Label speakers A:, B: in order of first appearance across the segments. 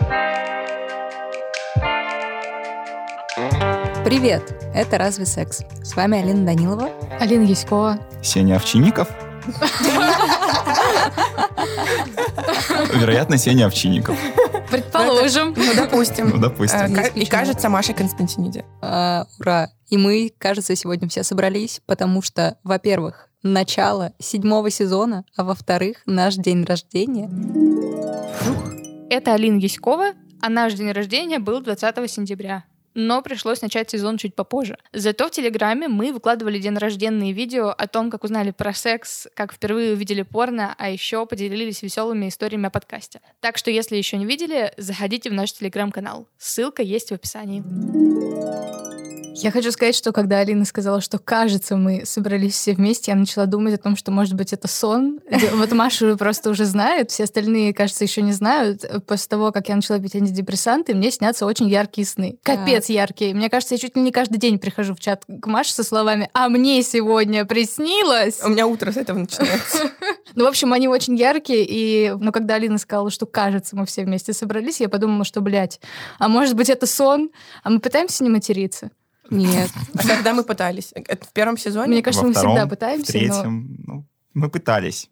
A: Привет, это «Разве секс?». С вами Алина Данилова,
B: Алина Яськова,
C: Сеня Овчинников. Вероятно, Сеня Овчинников.
B: предположим.
D: Ну, допустим. И,
A: исключено.
D: кажется, Маша Константиниде.
A: Ура! И мы, кажется, сегодня все собрались, потому что, во-первых, начало 7-го сезона, а во-вторых, наш день рождения.
B: Это Алина Яськова, а наш день рождения был 20 сентября. Но пришлось начать сезон чуть попозже. Зато в Телеграме мы выкладывали день рожденные видео о том, как узнали про секс, как впервые увидели порно, а еще поделились веселыми историями о подкасте. Так что, если еще не видели, заходите в наш Телеграм-канал. Ссылка есть в описании. Я хочу сказать, что когда Алина сказала, что, кажется, мы собрались все вместе, я начала думать о том, что, может быть, это сон. Вот Маша просто уже знает, все остальные, кажется, еще не знают. После того, как я начала пить антидепрессанты, мне снятся очень яркие сны. Капец яркие. Мне кажется, я чуть ли не каждый день прихожу в чат к Маше со словами «А мне сегодня приснилось!»
D: У меня утро с этого начинается.
B: Ну, в общем, они очень яркие, но когда Алина сказала, что, кажется, мы все вместе собрались, я подумала, что, а может быть, это сон? А мы пытаемся не материться?
A: Нет.
D: А когда мы пытались? Это в первом сезоне?
B: Мне кажется, мы всегда
C: В
B: пытаемся,
C: третьем, мы пытались.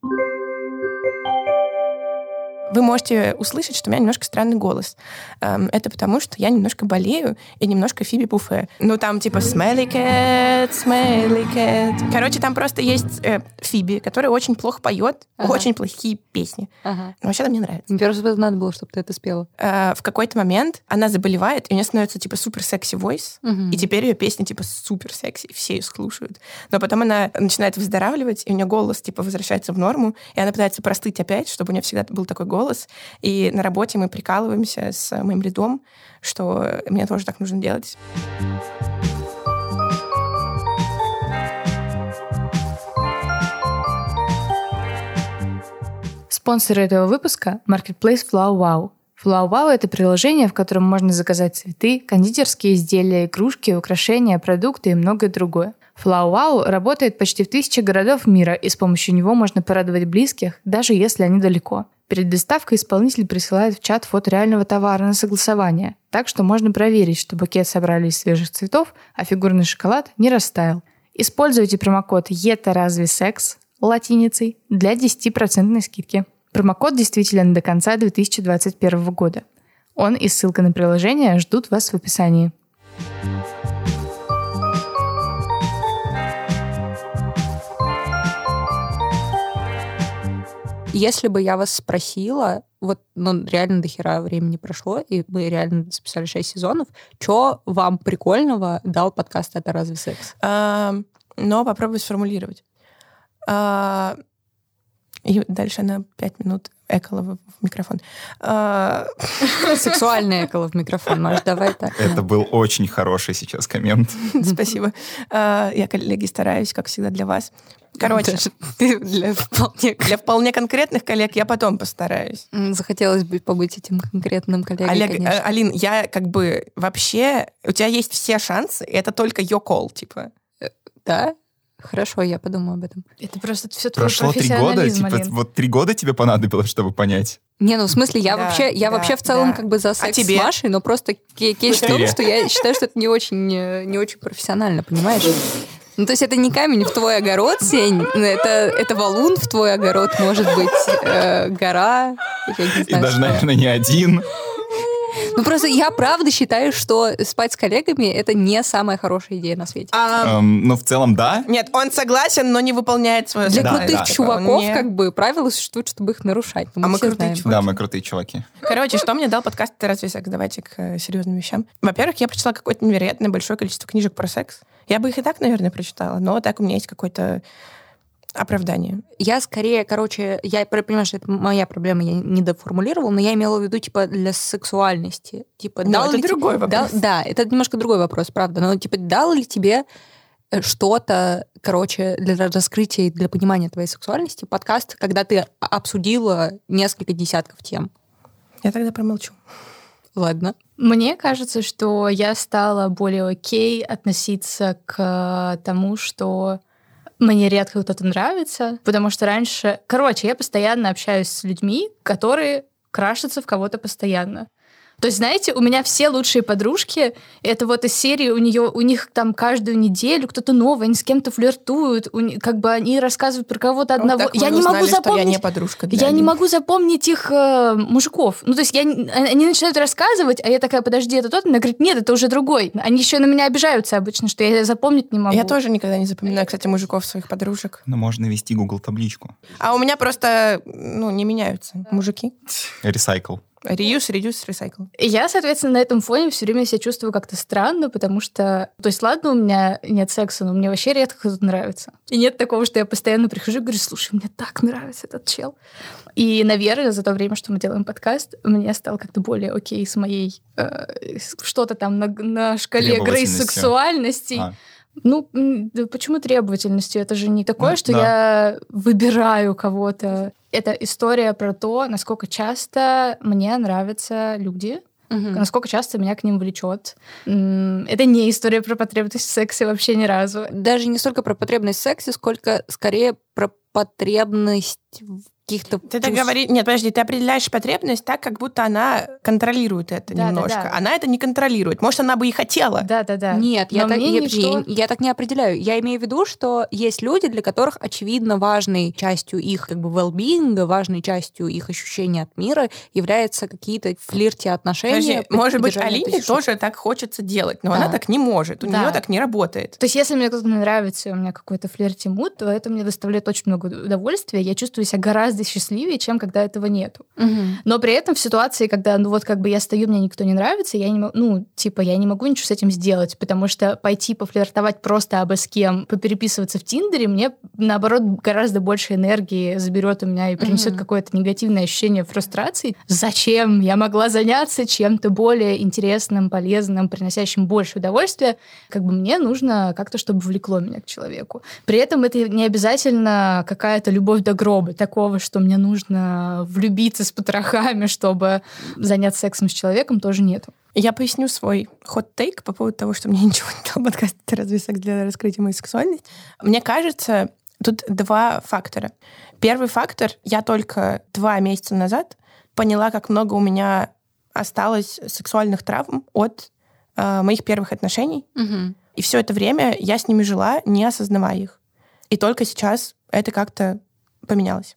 D: Вы можете услышать, что у меня немножко странный голос. Это потому, что я немножко болею и немножко Фиби Буффе. Ну, там типа smelly cat, smelly cat. Короче, там просто есть Фиби, которая очень плохо поет, очень плохие песни. Но вообще-то мне нравится.
A: Мне просто надо было, чтобы ты это спела.
D: В какой-то момент она заболевает, и у нее становится типа супер секси войс, и теперь ее песни типа супер секси, все ее слушают. Но потом она начинает выздоравливать, и у нее голос типа возвращается в норму, и она пытается простыть опять, чтобы у нее всегда был такой голос. И на работе мы прикалываемся с моим лидом, что мне тоже так нужно делать.
B: Спонсор этого выпуска — Marketplace FlowWow. FlowWow — это приложение, в котором можно заказать цветы, кондитерские изделия, игрушки, украшения, продукты и многое другое. FlowWow работает почти в 1000 городов мира, и с помощью него можно порадовать близких, даже если они далеко. Перед доставкой исполнитель присылает в чат фото реального товара на согласование, так что можно проверить, что букет собрали из свежих цветов, а фигурный шоколад не растаял. Используйте промокод ETARAZVESEX латиницей для 10% скидки. Промокод действителен до конца 2021 года. Он и ссылка на приложение ждут вас в описании.
A: Если бы я вас спросила, реально дохера времени прошло, и мы реально записали 6 сезонов, что вам прикольного дал подкаст «Это разве секс?».
D: Но попробуй сформулировать. И дальше она 5 минут экала в микрофон.
A: Сексуальное экало в микрофон, Маш, давай так.
C: Это был очень хороший сейчас коммент.
D: Спасибо. Я, коллеги, стараюсь, как всегда, для вас. Короче,
A: для
D: вполне конкретных коллег я потом постараюсь.
A: Захотелось бы побыть этим конкретным коллегой, конечно.
D: Алин, я вообще... У тебя есть все шансы, и это только your call, типа.
A: Да? Хорошо, я подумаю об этом.
B: Это просто все твой
C: Прошло 3 года,
B: профессионализм, Алин.
C: 3 года тебе понадобилось, чтобы понять?
A: Не, в смысле, я вообще в целом за секс с Машей, но просто кейс в том, что я считаю, что это не очень профессионально, понимаешь? Ну, то есть это не камень в твой огород, Сень, это валун в твой огород, может быть, гора, я не знаю.
C: И даже, наверное, не один.
A: Ну, просто я правда считаю, что спать с коллегами — это не самая хорошая идея на свете.
C: Ну, в целом, да.
D: Нет, он согласен, но не выполняет свое
A: Для
D: задание.
A: крутых чуваков, правила существуют, чтобы их нарушать.
D: А мы крутые чуваки.
C: Да, мы крутые чуваки.
D: Короче, что мне дал подкаст «Это разве секс?». Давайте к серьезным вещам. Во-первых, я прочитала какое-то невероятное большое количество книжек про секс. Я бы их и так, наверное, прочитала, но так у меня есть какое-то оправдание.
A: Я скорее, я понимаю, что это моя проблема, я не доформулировала, но я имела в виду, для сексуальности.
D: Это другой вопрос.
A: Да, это немножко другой вопрос, правда. Но, дал ли тебе что-то, для раскрытия и для понимания твоей сексуальности подкаст, когда ты обсудила несколько десятков тем?
D: Я тогда промолчу.
A: Ладно.
B: Мне кажется, что я стала более окей относиться к тому, что мне редко кто-то нравится, потому что раньше... я постоянно общаюсь с людьми, которые крашатся в кого-то постоянно. То есть, знаете, у меня все лучшие подружки, это вот из серии, у них там каждую неделю кто-то новый, они с кем-то флиртуют, как бы они рассказывают про кого-то одного.
D: Вот я не могу запомнить, я не подружка.
B: Я не могу запомнить их мужиков. Ну, то есть они начинают рассказывать, а я такая, подожди, это тот? Она говорит, нет, это уже другой. Они еще на меня обижаются обычно, что я запомнить не могу.
D: Я тоже никогда не запоминаю, кстати, мужиков своих подружек.
C: Ну, можно вести Google табличку.
D: А у меня просто, не меняются мужики.
C: Recycle.
D: Reuse, reduce, recycle.
B: Я, соответственно, на этом фоне все время себя чувствую как-то странно, потому что... То есть, ладно, у меня нет секса, но мне вообще редко кто-то нравится. И нет такого, что я постоянно прихожу и говорю, слушай, мне так нравится этот чел. И, наверное, за то время, что мы делаем подкаст, мне стало как-то более окей с моей... что-то там на шкале грейс-сексуальности. Ну, почему требовательностью? Это же не такое, что я выбираю кого-то. Это история про то, насколько часто мне нравятся люди, насколько часто меня к ним влечет. Это не история про потребность в сексе вообще ни разу.
A: Даже не столько про потребность в сексе, сколько скорее про потребность в каких-то...
D: Нет, подожди, ты определяешь потребность так, как будто она контролирует это немножко. Да. Она это не контролирует. Может, она бы и хотела.
B: Да.
A: Нет, я так не определяю. Я имею в виду, что есть люди, для которых, очевидно, важной частью их как бы well-being, важной частью их ощущения от мира являются какие-то флирти отношения.
D: Подожди, может быть, Алине тоже так хочется делать, но она так не может. У нее так не работает.
B: То есть, если мне кто-то нравится, и у меня какой-то флирти-муд, то это мне доставляет очень много удовольствия. Я чувствую себя гораздо счастливее, чем когда этого нету. Но при этом в ситуации, когда, я стою, мне никто не нравится, я не могу ничего с этим сделать, потому что пойти пофлиртовать просто абы с кем, попереписываться в Тиндере, мне, наоборот, гораздо больше энергии заберет у меня и принесет какое-то негативное ощущение фрустрации. Зачем? Я могла заняться чем-то более интересным, полезным, приносящим больше удовольствия. Мне нужно как-то, чтобы влекло меня к человеку. При этом это не обязательно какая-то любовь до гроба, такого, что мне нужно влюбиться с потрохами, чтобы заняться сексом с человеком, тоже нету.
D: Я поясню свой хот-тейк по поводу того, что мне ничего не дал подкаст «Разве секс для раскрытия моей сексуальности». Мне кажется, тут два фактора. Первый фактор. Я только 2 месяца назад поняла, как много у меня осталось сексуальных травм от моих первых отношений. И все это время я с ними жила, не осознавая их. И только сейчас это как-то поменялось.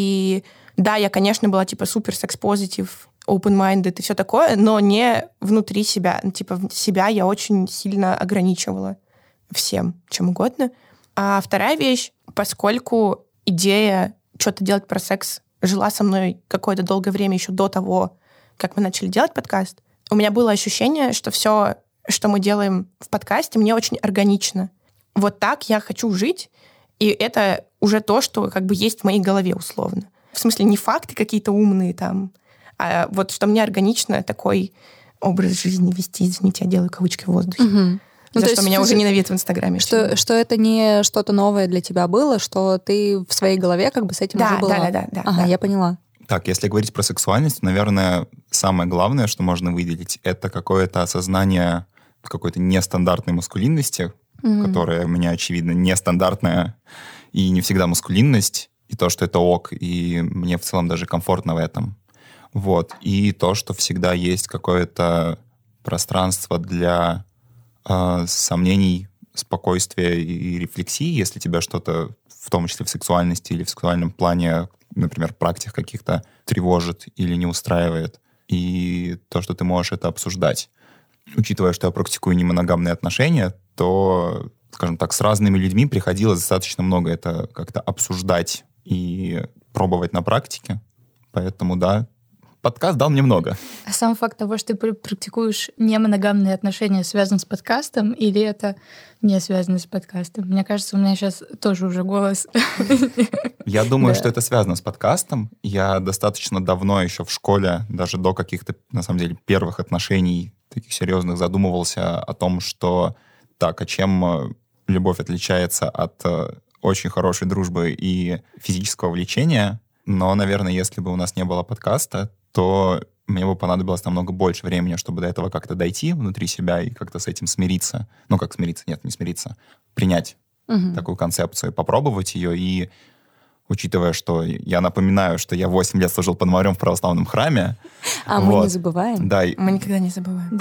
D: И да, я, конечно, была супер секс-позитив, open-minded и все такое, но не внутри себя. Себя я очень сильно ограничивала всем, чем угодно. А вторая вещь, поскольку идея что-то делать про секс жила со мной какое-то долгое время еще до того, как мы начали делать подкаст, у меня было ощущение, что все, что мы делаем в подкасте, мне очень органично. Вот так я хочу жить, и это уже то, что есть в моей голове условно. В смысле, не факты какие-то умные там, а вот что мне органично такой образ жизни вести. Извините, я делаю кавычки в воздухе. За что меня уже ненавидят в Инстаграме.
A: Что это не что-то новое для тебя было, что ты в своей голове с этим уже была.
D: Да.
A: Ага, я поняла.
C: Так, если говорить про сексуальность, наверное, самое главное, что можно выделить, это какое-то осознание какой-то нестандартной маскулинности, которая у меня, очевидно, нестандартная и не всегда маскулинность, и то, что это ок, и мне в целом даже комфортно в этом. Вот. И то, что всегда есть какое-то пространство для сомнений, спокойствия и рефлексии, если тебя что-то, в том числе в сексуальности или в сексуальном плане, например, практик каких-то тревожит или не устраивает. И то, что ты можешь это обсуждать. Учитывая, что я практикую немоногамные отношения, то, скажем так, с разными людьми приходилось достаточно много это как-то обсуждать и пробовать на практике. Поэтому, да, подкаст дал мне много.
B: А сам факт того, что ты практикуешь немоногамные отношения, связан с подкастом, или это не связано с подкастом? Мне кажется, у меня сейчас тоже уже голос.
C: Я думаю, что это связано с подкастом. Я достаточно давно еще в школе, даже до каких-то, на самом деле, первых отношений таких серьезных, задумывался о том, что так, а чем любовь отличается от очень хорошей дружбы и физического влечения. Но, наверное, если бы у нас не было подкаста, то мне бы понадобилось намного больше времени, чтобы до этого как-то дойти внутри себя и как-то с этим смириться. Ну, как смириться? Нет, не смириться. Принять такую концепцию, попробовать ее и учитывая, что я напоминаю, что я 8 лет служил пономарем в православном храме.
A: А мы не забываем.
C: Да.
D: Мы никогда не забываем.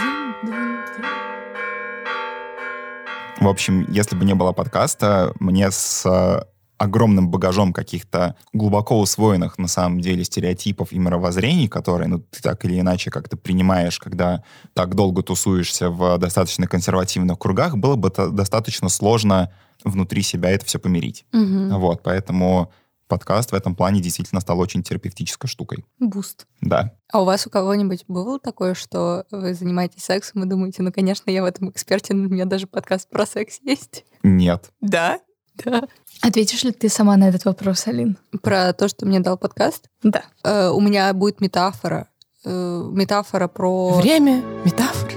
C: В общем, если бы не было подкаста, мне с огромным багажом каких-то глубоко усвоенных, на самом деле, стереотипов и мировоззрений, которые, ты так или иначе как-то принимаешь, когда так долго тусуешься в достаточно консервативных кругах, было бы достаточно сложно внутри себя это все помирить. Вот, поэтому подкаст в этом плане действительно стал очень терапевтической штукой.
A: Буст.
C: Да.
A: А у вас у кого-нибудь было такое, что вы занимаетесь сексом и думаете, конечно, я в этом экспертен, у меня даже подкаст про секс есть?
C: Нет.
D: Да?
A: Да.
B: Ответишь ли ты сама на этот вопрос, Алин?
A: Про то, что мне дал подкаст?
B: Да.
A: У меня будет метафора. Метафора про...
D: Время метафор.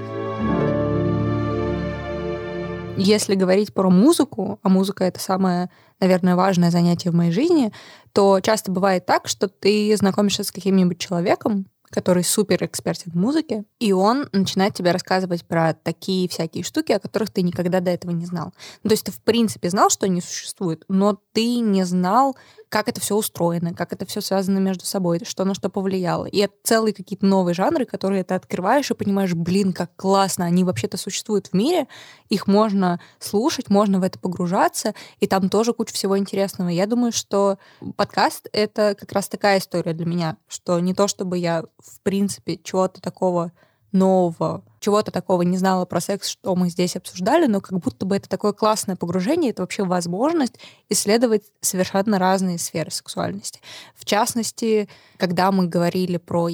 A: Если говорить про музыку, а музыка — это самое, наверное, важное занятие в моей жизни, то часто бывает так, что ты знакомишься с каким-нибудь человеком, который супер экспертен в музыке, и он начинает тебе рассказывать про такие всякие штуки, о которых ты никогда до этого не знал. То есть ты, в принципе, знал, что они существуют, но ты не знал, как это все устроено, как это все связано между собой, что на что повлияло. И это целые какие-то новые жанры, которые ты открываешь и понимаешь, как классно, они вообще-то существуют в мире, их можно слушать, можно в это погружаться, и там тоже куча всего интересного. Я думаю, что подкаст — это как раз такая история для меня, что не то чтобы я, в принципе, чего-то такого нового, чего-то такого не знала про секс, что мы здесь обсуждали, но как будто бы это такое классное погружение, это вообще возможность исследовать совершенно разные сферы сексуальности. В частности, когда мы говорили про,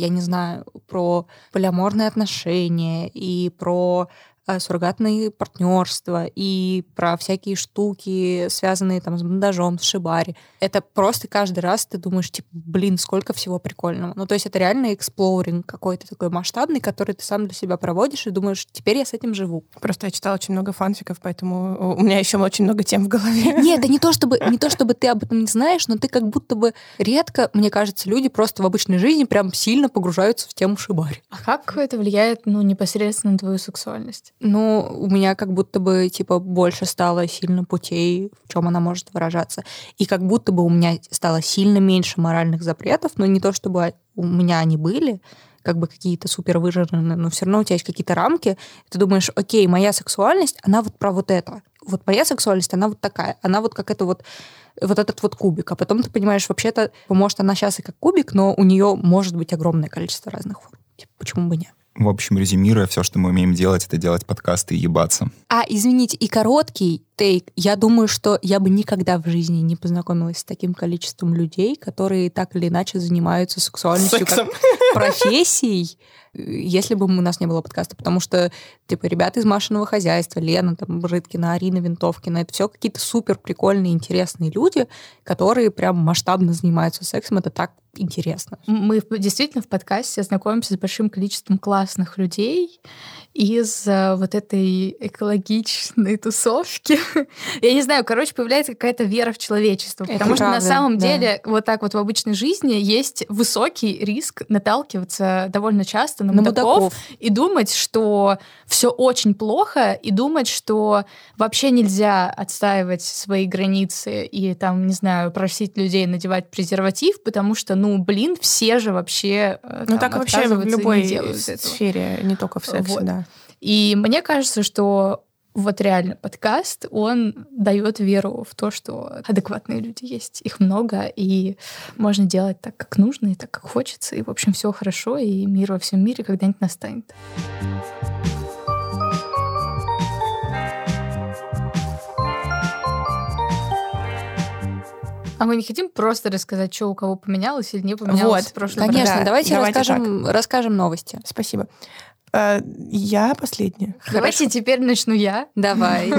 A: про полиаморные отношения и про суррогатные партнерства и про всякие штуки, связанные там с бандажом, с шибари. Это просто каждый раз ты думаешь, сколько всего прикольного. То есть это реально эксплоринг какой-то такой масштабный, который ты сам для себя проводишь и думаешь, теперь я с этим живу.
D: Просто я читала очень много фанфиков, поэтому у меня еще очень много тем в голове.
A: Нет, это не то, чтобы ты об этом не знаешь, но ты как будто бы редко, мне кажется, люди просто в обычной жизни прям сильно погружаются в тему шибари.
B: А как это влияет, непосредственно на твою сексуальность?
A: У меня как будто бы, больше стало сильно путей, в чем она может выражаться. И как будто бы у меня стало сильно меньше моральных запретов, но не то, чтобы у меня они были, какие-то супер выжженные, но все равно у тебя есть какие-то рамки, и ты думаешь, окей, моя сексуальность, она про это. Вот моя сексуальность, она такая. Она как это вот этот кубик. А потом ты понимаешь, вообще-то, может, она сейчас и как кубик, но у нее может быть огромное количество разных форм. Почему бы нет?
C: В общем, резюмируя, все, что мы умеем делать, это делать подкасты и ебаться.
A: Извините, и короткий тейк. Я думаю, что я бы никогда в жизни не познакомилась с таким количеством людей, которые так или иначе занимаются сексуальностью как профессией, если бы у нас не было подкаста. Потому что, ребята из Машиного хозяйства, Лена, Рыткина, Арина Винтовкина, это все какие-то супер прикольные, интересные люди, которые прям масштабно занимаются сексом. Это так интересно.
B: Мы действительно в подкасте знакомимся с большим количеством классных людей из вот этой экологичной тусовки. Я не знаю, появляется какая-то вера в человечество. Потому что на самом деле вот так вот в обычной жизни есть высокий риск наталкиваться довольно часто на мудаков и думать, что все очень плохо, и думать, что вообще нельзя отстаивать свои границы и просить людей надевать презерватив, потому что, все же вообще
D: так вообще в любой сфере, не только в сексе, да.
B: И мне кажется, что вот реально подкаст, он дает веру в то, что адекватные люди есть. Их много, и можно делать так, как нужно, и так, как хочется. И, в общем, все хорошо, и мир во всем мире когда-нибудь настанет. А мы не хотим просто рассказать, что у кого поменялось или не поменялось в прошлом году?
A: Конечно, давайте расскажем новости.
D: Спасибо. Я последняя.
B: Давайте теперь начну я.
A: Давай.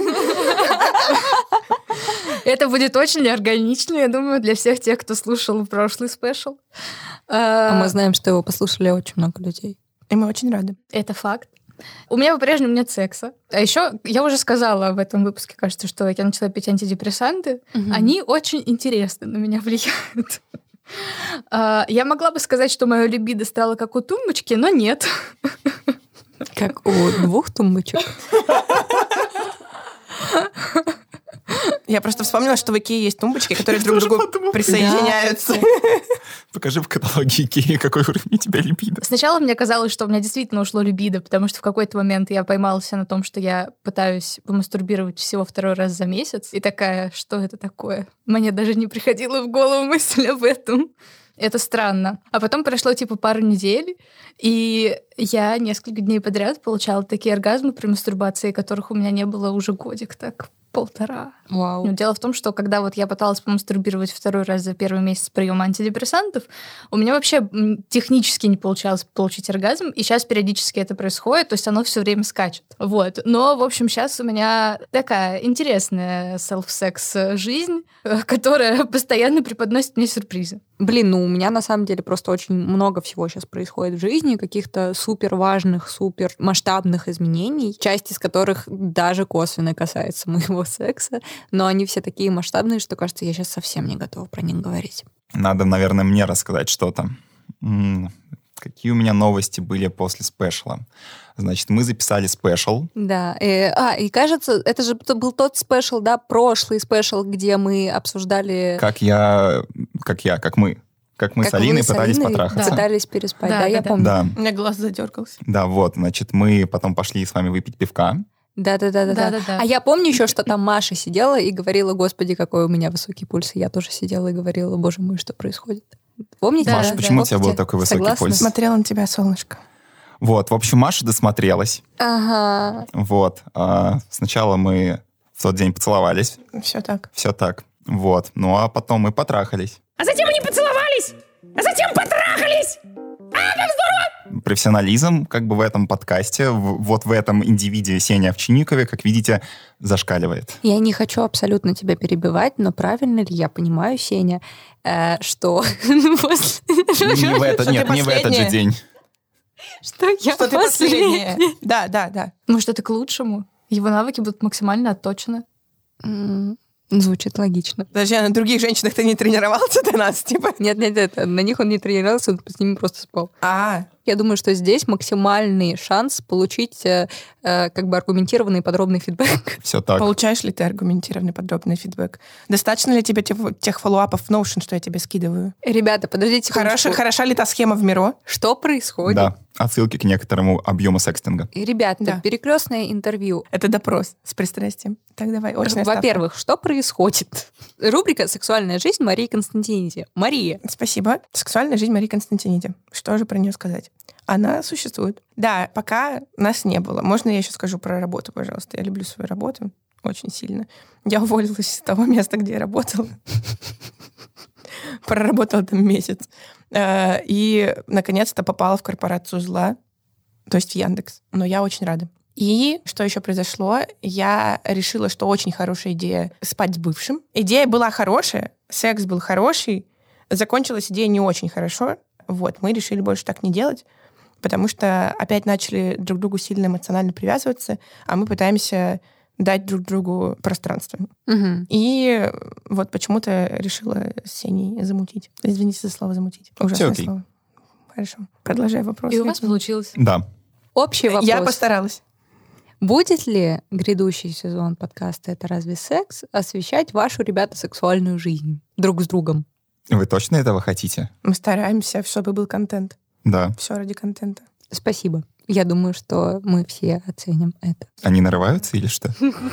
B: Это будет очень органично, я думаю, для всех тех, кто слушал прошлый спешл.
A: Мы знаем, что его послушали очень много людей.
D: И мы очень рады.
B: Это факт. У меня по-прежнему нет секса. А еще я уже сказала в этом выпуске, кажется, что я начала пить антидепрессанты. Они очень интересно на меня влияют. Я могла бы сказать, что мое либидо стало как у тумбочки, но нет.
A: Как у 2 тумбочек.
D: Я просто вспомнила, что в Икее есть тумбочки, которые друг к другу присоединяются.
C: Покажи в каталоге Икеи, какой уровень у тебя либидо.
B: Сначала мне казалось, что у меня действительно ушло либидо, потому что в какой-то момент я поймалась на том, что я пытаюсь помастурбировать всего 2 раз за месяц. И такая, что это такое? Мне даже не приходила в голову мысль об этом. Это странно. А потом прошло пару недель, и я несколько дней подряд получала такие оргазмы при мастурбации, которых у меня не было уже годик, так 1,5.
A: Вау.
B: Но дело в том, что когда я пыталась помастурбировать 2 раз за первый месяц приема антидепрессантов, у меня вообще технически не получалось получить оргазм, и сейчас периодически это происходит, то есть оно все время скачет. Вот. Но, в общем, сейчас у меня такая интересная селф-секс-жизнь, которая постоянно преподносит мне сюрпризы.
A: Блин, у меня на самом деле просто очень много всего сейчас происходит в жизни, каких-то супер важных, супер масштабных изменений, часть из которых даже косвенно касается моего секса, но они все такие масштабные, что, кажется, я сейчас совсем не готова про них говорить.
C: Надо, наверное, мне рассказать что-то. Какие у меня новости были после спешла? Значит, мы записали спешл.
A: Да. И кажется, это же был тот спешл, да, прошлый спешл, где мы обсуждали...
C: Как мы с Алиной пытались потрахаться.
A: Пытались переспать, да, я помню.
C: Да.
D: У меня глаз задергался.
C: Да, вот, значит, мы потом пошли с вами выпить пивка.
A: Да. А я помню еще, что там Маша сидела и говорила: господи, какой у меня высокий пульс. И я тоже сидела и говорила: боже мой, что происходит? Помните?
C: Маша, почему у тебя был такой высокий пульс?
D: Смотрела на тебя, солнышко.
C: Вот, в общем, Маша досмотрелась.
A: Ага.
C: Вот. Сначала мы в тот день поцеловались.
D: Все так.
C: Вот. Ну, а потом мы потрахались.
E: А затем они поцеловались! А затем потрахались! Как здорово!
C: Профессионализм в этом подкасте, вот в этом индивиде Сене Овчинникове, как видите, зашкаливает.
A: Я не хочу абсолютно тебя перебивать, но правильно ли я понимаю, Сеня, что...
C: Не в этот же день.
A: Что я последняя.
D: Да.
B: Может, это к лучшему? Его навыки будут максимально отточены.
A: Звучит логично.
D: Подожди, а на других женщинах ты не тренировался до нас,
A: Нет, на них он не тренировался, он с ними просто спал. Я думаю, что здесь максимальный шанс получить аргументированный и подробный фидбэк.
C: Все так.
D: Получаешь ли ты аргументированный подробный фидбэк? Достаточно ли тебе тех фоллоуапов в Notion, что я тебе скидываю?
A: Ребята, подождите.
D: Хороша ли та схема в Миро?
A: Что происходит?
C: Да, отсылки к некоторому объему секстинга.
A: И, ребята, перекрестное интервью.
D: Это допрос с пристрастием. Так, давай, очная ставка.
A: Во-первых, что происходит? Рубрика «Сексуальная жизнь» Марии Константиниди. Мария.
D: Спасибо. Сексуальная жизнь Марии Константиниди. Что же про нее сказать? Она существует. Да, пока нас не было. Можно я еще скажу про работу, пожалуйста? Я люблю свою работу очень сильно. Я уволилась с того места, где я работала. Проработала там месяц. И, наконец-то, попала в корпорацию зла, то есть в Яндекс. Но я очень рада. И что еще произошло? Я решила, что очень хорошая идея спать с бывшим. Идея была хорошая, секс был хороший, закончилась идея не очень хорошо. Вот, мы решили больше так не делать, потому что опять начали друг к другу сильно эмоционально привязываться, а мы пытаемся дать друг другу пространство.
A: Угу.
D: И вот почему-то решила с Сеней замутить. Извините за слово «замутить». Ужасное слово. Хорошо. Продолжай вопрос.
B: И у вас получилось.
C: Да.
A: Общий вопрос.
D: Я постаралась.
A: Будет ли грядущий сезон подкаста «Это разве секс» освещать вашу, ребята, сексуальную жизнь друг с другом?
C: Вы точно этого хотите?
D: Мы стараемся, чтобы был контент.
C: Да.
D: Все ради контента.
A: Спасибо. Я думаю, что мы все оценим это.
C: Они нарываются или что?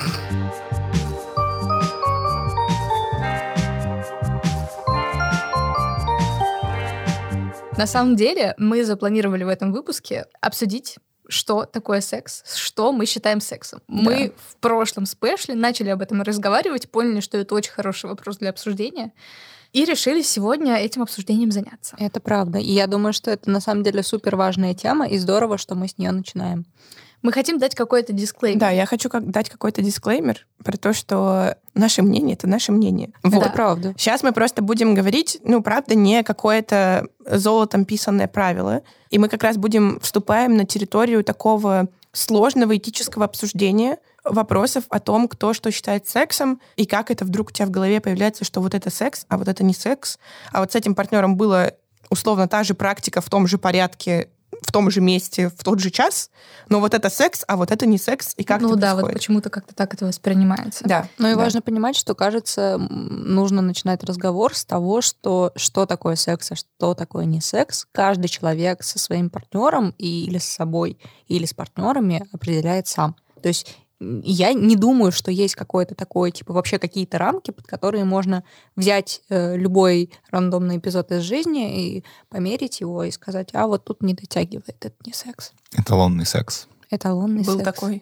B: На самом деле, мы запланировали в этом выпуске обсудить, что такое секс, что мы считаем сексом. Да. Мы в прошлом спешле начали об этом разговаривать, поняли, что это очень хороший вопрос для обсуждения, и решили сегодня этим обсуждением заняться.
A: Это правда. И я думаю, что это на самом деле супер важная тема, и здорово, что мы с нее начинаем.
B: Мы хотим дать какой-то дисклеймер.
D: Да, я хочу дать какой-то дисклеймер про то, что наше мнение — это наше мнение.
A: Вот. Это правда.
D: Сейчас мы просто будем говорить, правда, не какое-то золотом писанное правило. И мы как раз вступаем на территорию такого сложного этического обсуждения вопросов о том, кто что считает сексом, и как это вдруг у тебя в голове появляется, что вот это секс, а вот это не секс. А вот с этим партнером была условно та же практика в том же порядке, в том же месте в тот же час, но вот это секс, а вот это не секс, и как это происходит?
B: Вот почему-то как-то так это воспринимается.
D: Да.
A: Ну и важно понимать, что, кажется, нужно начинать разговор с того, что такое секс, а что такое не секс. Каждый человек со своим партнером или с собой, или с партнерами определяет сам. То есть я не думаю, что есть какое-то такое, типа, вообще какие-то рамки, под которые можно взять любой рандомный эпизод из жизни и померить его и сказать, вот тут не дотягивает, это не секс.
C: Эталонный секс.
A: Эталонный
D: Был
A: секс.
D: такой.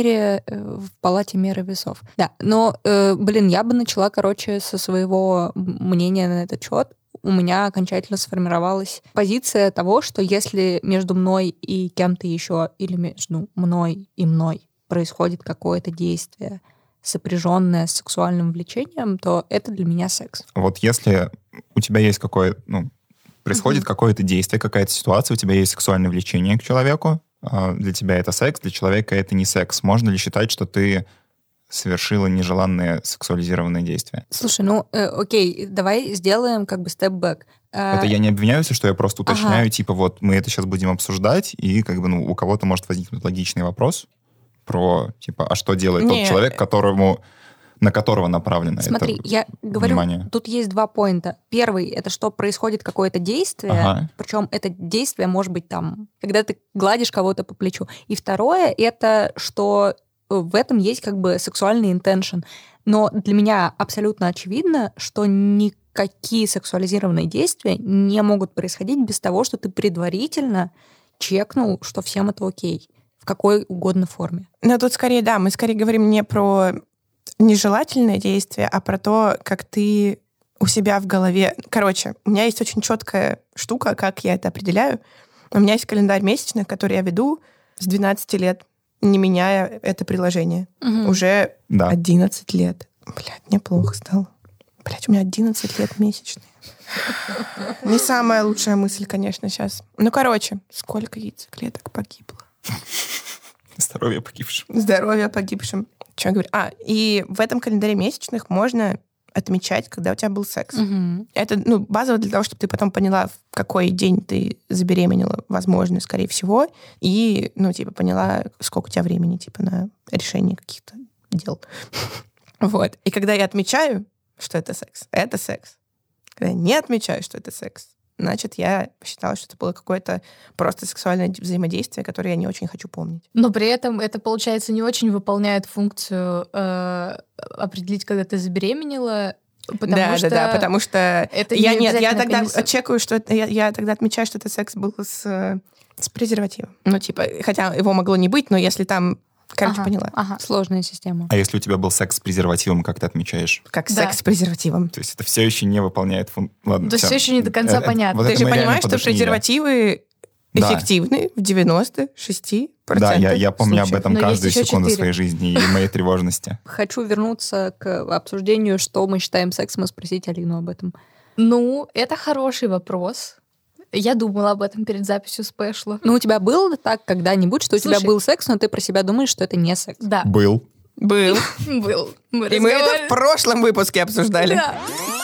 A: В палате меры весов. Да, но, я бы начала, со своего мнения на этот счет. У меня окончательно сформировалась позиция того, что если между мной и кем-то еще, или между мной и мной происходит какое-то действие, сопряженное с сексуальным влечением, то это для меня секс.
C: Вот если у тебя есть происходит какое-то действие, какая-то ситуация, у тебя есть сексуальное влечение к человеку, для тебя это секс, для человека это не секс. Можно ли считать, что ты совершила нежеланное сексуализированное действие?
A: Слушай, окей, давай сделаем степ-бэк.
C: Это я не обвиняюсь, что я просто уточняю, мы это сейчас будем обсуждать, и у кого-то может возникнуть логичный вопрос про, а что делает тот человек, на которого направлено
A: Смотри,
C: это
A: я говорю,
C: внимание.
A: Тут есть 2 поинта. Первый — это что происходит какое-то действие, причем это действие может быть когда ты гладишь кого-то по плечу. И второе — это что в этом есть сексуальный интеншн. Но для меня абсолютно очевидно, что никакие сексуализированные действия не могут происходить без того, что ты предварительно чекнул, что всем это окей. В какой угодно форме.
D: Но тут скорее, мы скорее говорим не про нежелательное действие, а про то, как ты у себя в голове... Короче, у меня есть очень четкая штука, как я это определяю. У меня есть календарь месячных, который я веду с 12 лет, не меняя это приложение. Уже 11 лет. Мне плохо стало. У меня 11 лет месячные. Не самая лучшая мысль, конечно, сейчас. Сколько яйцеклеток погибло?
C: Здоровье погибшим.
D: Здоровье погибшим. Что я говорю? И в этом календаре месячных можно отмечать, когда у тебя был секс. Это, базово для того, чтобы ты потом поняла, в какой день ты забеременела, возможно, скорее всего, и, поняла, сколько у тебя времени, на решение каких-то дел. Вот. И когда я отмечаю, что это секс, Когда я не отмечаю, что это секс, значит, я посчитала, что это было какое-то просто сексуальное взаимодействие, которое я не очень хочу помнить.
B: Но при этом это, получается, не очень выполняет функцию определить, когда ты забеременела, потому что
D: это я тогда чекаю, что я тогда отмечаю, что это секс был с презервативом. Хотя его могло не быть, но если там... поняла.
A: Сложная система.
C: А если у тебя был секс с презервативом, как ты отмечаешь?
D: Как секс с презервативом.
C: То есть это все еще не выполняет
B: Ладно, то есть все еще не до конца понятно.
D: Ты же понимаешь, что презервативы эффективны в 96%.
C: Да, я помню об этом каждую секунду своей жизни и моей тревожности.
A: Хочу вернуться к обсуждению, что мы считаем сексом, и спросить Алину об этом.
B: Это хороший вопрос. Я думала об этом перед записью спешла.
A: У тебя было так когда-нибудь, что у тебя был секс, но ты про себя думаешь, что это не секс?
B: Да.
C: Был.
D: И мы это в прошлом выпуске обсуждали.
B: Да.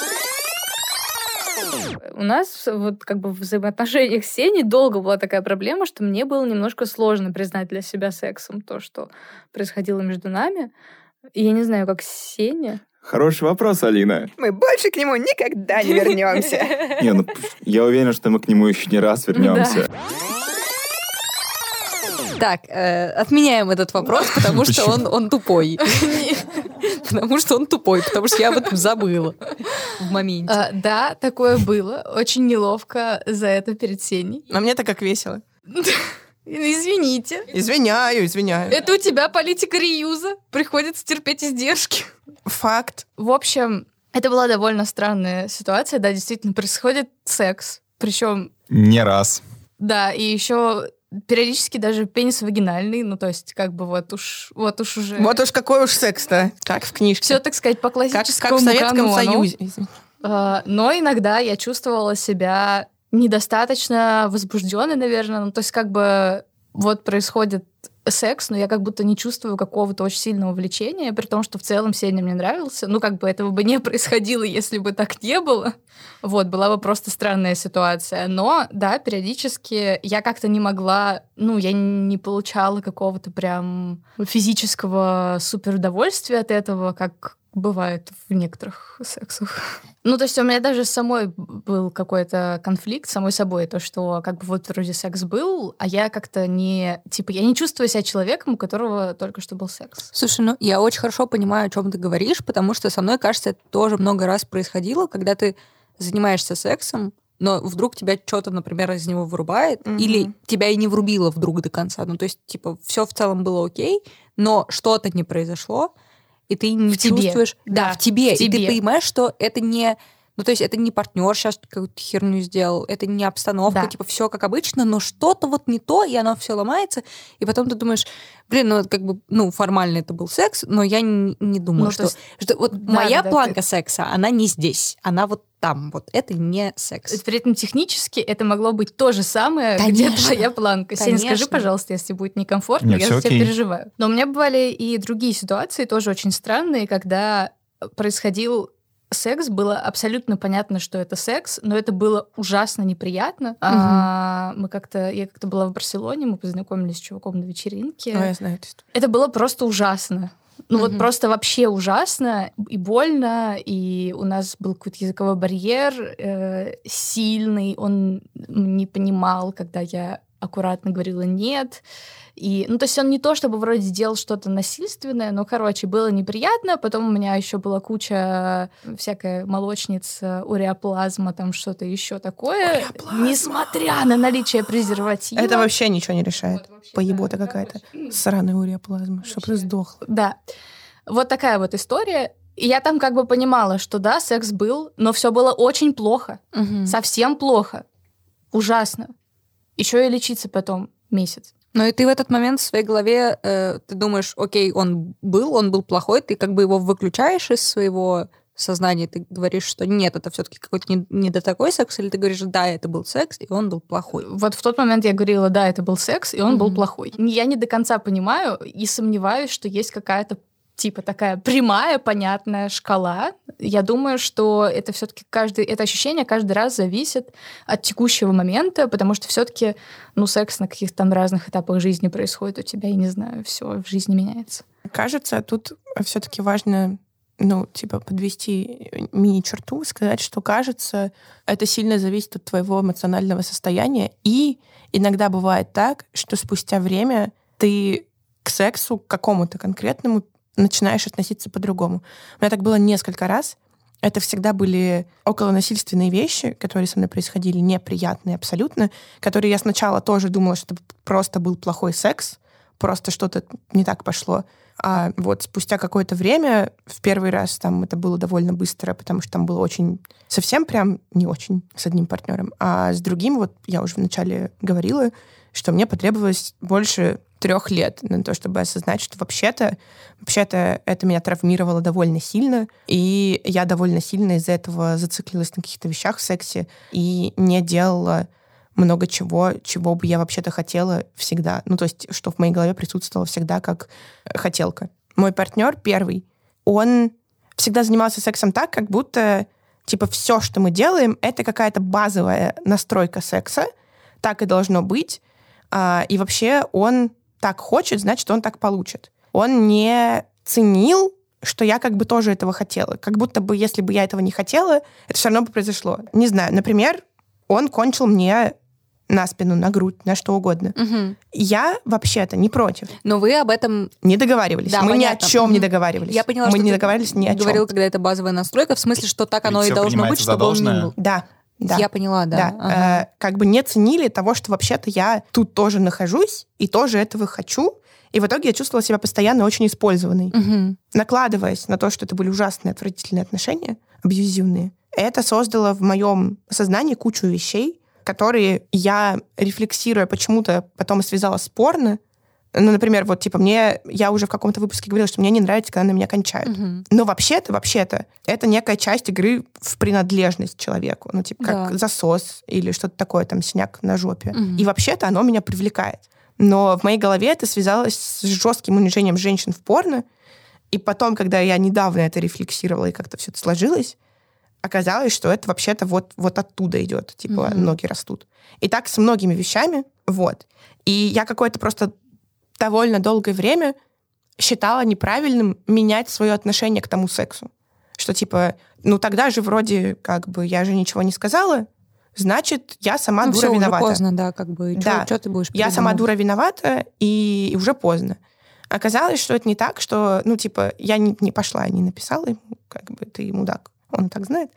B: У нас в взаимоотношениях с Сеней долго была такая проблема, что мне было немножко сложно признать для себя сексом то, что происходило между нами. И я не знаю, как Сеня...
C: Хороший вопрос, Алина.
D: Мы больше к нему никогда не вернемся.
C: Я уверен, что мы к нему еще не раз вернемся.
A: Так, отменяем этот вопрос, потому что он тупой. Потому что он тупой, потому что я об этом забыла в моменте.
B: Да, такое было. Очень неловко за это перед Сеней.
D: А мне-то как весело.
B: Извините.
D: Извиняю.
B: Это у тебя политика реюза. Приходится терпеть издержки.
D: Факт.
B: В общем, это была довольно странная ситуация. Да, действительно, происходит секс. Причем...
C: Не раз.
B: Да, и еще периодически даже пенис вагинальный. То есть вот уж уже...
D: Вот уж какой уж секс-то. Как в книжке.
B: Все, так сказать, по классическому
D: как в Советском
B: канону.
D: Союзе.
B: Но иногда я чувствовала себя недостаточно возбужденной, наверное. То есть происходит секс, но я как будто не чувствую какого-то очень сильного влечения, при том, что в целом Сеня мне нравился. Ну, как бы этого бы не происходило, если бы так не было. Вот, была бы просто странная ситуация. Но, да, периодически я как-то не могла, я не получала какого-то прям физического суперудовольствия от этого, как бывает в некоторых сексах. То есть у меня даже самой был какой-то конфликт с самой собой, то, что как бы вот вроде секс был, а я как-то я не чувствую себя человеком, у которого только что был секс.
A: Слушай, я очень хорошо понимаю, о чем ты говоришь, потому что со мной, кажется, это тоже много раз происходило, когда ты занимаешься сексом, но вдруг тебя что-то, например, из него вырубает, или тебя и не врубило вдруг до конца. То есть, все в целом было окей, но что-то не произошло, и ты не чувствуешь... Да, в тебе. И ты понимаешь, что это не... то есть это не партнер сейчас какую-то херню сделал, это не обстановка, все как обычно, но что-то вот не то, и оно все ломается, и потом ты думаешь, формально это был секс, но я не думаю, что моя планка секса, она не здесь, она вот там, вот это не секс.
B: При этом технически это могло быть то же самое, где твоя планка. Сеня, скажи, пожалуйста, если будет некомфортно, я за тебя переживаю. Но у меня бывали и другие ситуации, тоже очень странные, когда происходил секс, было абсолютно понятно, что это секс, но это было ужасно неприятно. Я как-то была в Барселоне, мы познакомились с чуваком на вечеринке.
D: Я знаю это.
B: Это было просто ужасно. Вот просто вообще ужасно и больно, и у нас был какой-то языковой барьер сильный, он не понимал, когда я аккуратно говорила «нет». И, то есть он не то, чтобы вроде сделал что-то насильственное, но, было неприятно. Потом у меня еще была куча всякой молочниц, уреоплазма, там что-то еще такое. Несмотря на наличие презерватива.
D: Это вообще ничего не решает. Поебота какая-то. Сраная уреоплазма, чтобы ты сдохла.
B: Да. Вот такая вот история. И я там как бы понимала, что да, секс был, но все было очень плохо. Совсем плохо. Ужасно. Еще и лечиться потом месяц.
A: Но и ты в этот момент в своей голове, ты думаешь, окей, он был плохой, ты как бы его выключаешь из своего сознания, ты говоришь, что нет, это все-таки какой-то не до такой секс, или ты говоришь, да, это был секс, и он был плохой.
B: Вот в тот момент я говорила, да, это был секс, и он был плохой. Я не до конца понимаю и сомневаюсь, что есть какая-то такая прямая, понятная шкала. Я думаю, что это все-таки это ощущение каждый раз зависит от текущего момента, потому что все-таки, секс на каких-то там разных этапах жизни происходит у тебя, и не знаю, все в жизни меняется.
D: Кажется, тут все-таки важно, подвести мини-черту, сказать, что, кажется, это сильно зависит от твоего эмоционального состояния, и иногда бывает так, что спустя время ты к сексу, к какому-то конкретному, начинаешь относиться по-другому. У меня так было несколько раз. Это всегда были околонасильственные вещи, которые со мной происходили, неприятные абсолютно, которые я сначала тоже думала, что это просто был плохой секс, просто что-то не так пошло. А вот спустя какое-то время, в первый раз там это было довольно быстро, потому что там было очень... Совсем прям не очень с одним партнером. А с другим, вот я уже вначале говорила, что мне потребовалось больше 3 лет на то, чтобы осознать, что вообще-то это меня травмировало довольно сильно, и я довольно сильно из-за этого зациклилась на каких-то вещах в сексе и не делала много чего бы я вообще-то хотела всегда. То есть, что в моей голове присутствовало всегда как хотелка. Мой партнер первый, он всегда занимался сексом так, как будто все, что мы делаем, это какая-то базовая настройка секса, так и должно быть. И вообще он так хочет, значит, он так получит. Он не ценил, что я как бы тоже этого хотела. Как будто бы, если бы я этого не хотела, это все равно бы произошло. Не знаю, например, он кончил мне на спину, на грудь, на что угодно. Я вообще-то не против.
A: Но вы об этом...
D: Не договаривались.
A: Да,
D: мы
A: понятно.
D: ни о чем не договаривались.
A: Я поняла,
D: мы
A: что
D: не
A: ты
D: договаривались ни о чем.
A: говорил, когда это базовая настройка, в смысле, что так оно и должно быть, чтобы он не был.
D: Да.
A: Я поняла, да.
D: Ага. Как бы не ценили того, что вообще-то я тут тоже нахожусь и тоже этого хочу. И в итоге я чувствовала себя постоянно очень использованной. Накладываясь на то, что это были ужасные, отвратительные отношения, абьюзивные, это создало в моем сознании кучу вещей, которые я, рефлексируя почему-то, потом связала спорно. Например, я уже в каком-то выпуске говорила, что мне не нравится, когда на меня кончают. Но вообще-то, это некая часть игры в принадлежность человеку. Как засос или что-то такое, там, синяк на жопе. И вообще-то оно меня привлекает. Но в моей голове это связалось с жестким унижением женщин в порно. И потом, когда я недавно это рефлексировала и как-то все это сложилось, оказалось, что это вообще-то вот оттуда идет. Типа, ноги растут. И так с многими вещами. Вот. И я какое-то просто довольно долгое время считала неправильным менять свое отношение к тому сексу. Что типа, ну тогда же вроде как бы я же ничего не сказала, значит, я сама дура виновата.
A: Уже поздно, да, как бы. Что ты будешь
D: я сама дура виновата, и уже поздно. Оказалось, что это не так, что, ну, типа, я не пошла, не написала ему, как бы, ты мудак. Он так знает.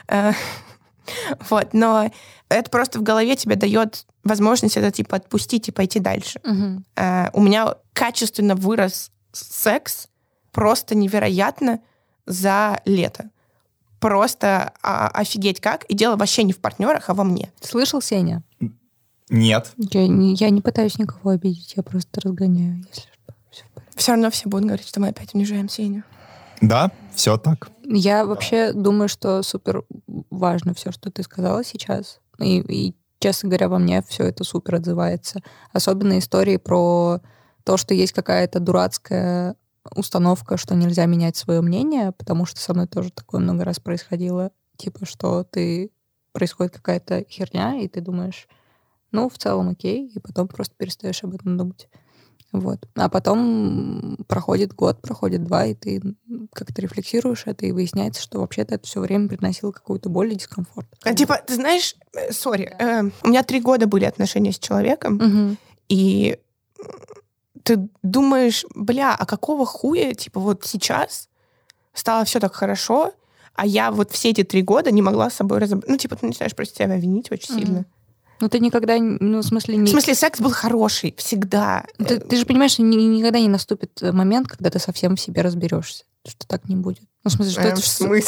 D: Вот, но это просто в голове тебе дает возможность это, типа, отпустить и пойти дальше. У меня качественно вырос секс просто невероятно за лето. Просто офигеть как. И дело вообще не в партнерах, а во мне.
A: Слышал, Сеня?
C: Нет.
A: Я не пытаюсь никого обидеть, я просто разгоняю, если что.
D: Все равно все будут говорить, что мы опять унижаем Сеню.
C: Да, все так.
A: Я вообще думаю, что супер важно все, что ты сказала сейчас. И, честно говоря, во мне все это супер отзывается. Особенно истории про то, что есть какая-то дурацкая установка, что нельзя менять свое мнение, потому что со мной тоже такое много раз происходило. Типа, что происходит какая-то херня, и ты думаешь, ну, в целом окей, и потом просто перестаешь об этом думать. Вот. А потом проходит год, проходит 2, и ты как-то рефлексируешь это, и выясняется, что вообще-то это все время приносило какую-то боль и дискомфорт.
D: Типа, ты знаешь, у меня 3 года были отношения с человеком, и ты думаешь, а какого хуя, типа, вот сейчас стало все так хорошо, а я вот все эти 3 года не могла с собой разобраться. Ну, типа, ты начинаешь просто себя винить очень сильно.
A: Ну, ты никогда, в смысле,
D: секс был хороший, всегда.
A: Ты же понимаешь, что никогда не наступит момент, когда ты совсем в себе разберешься, что так не будет. Ну, в смысле,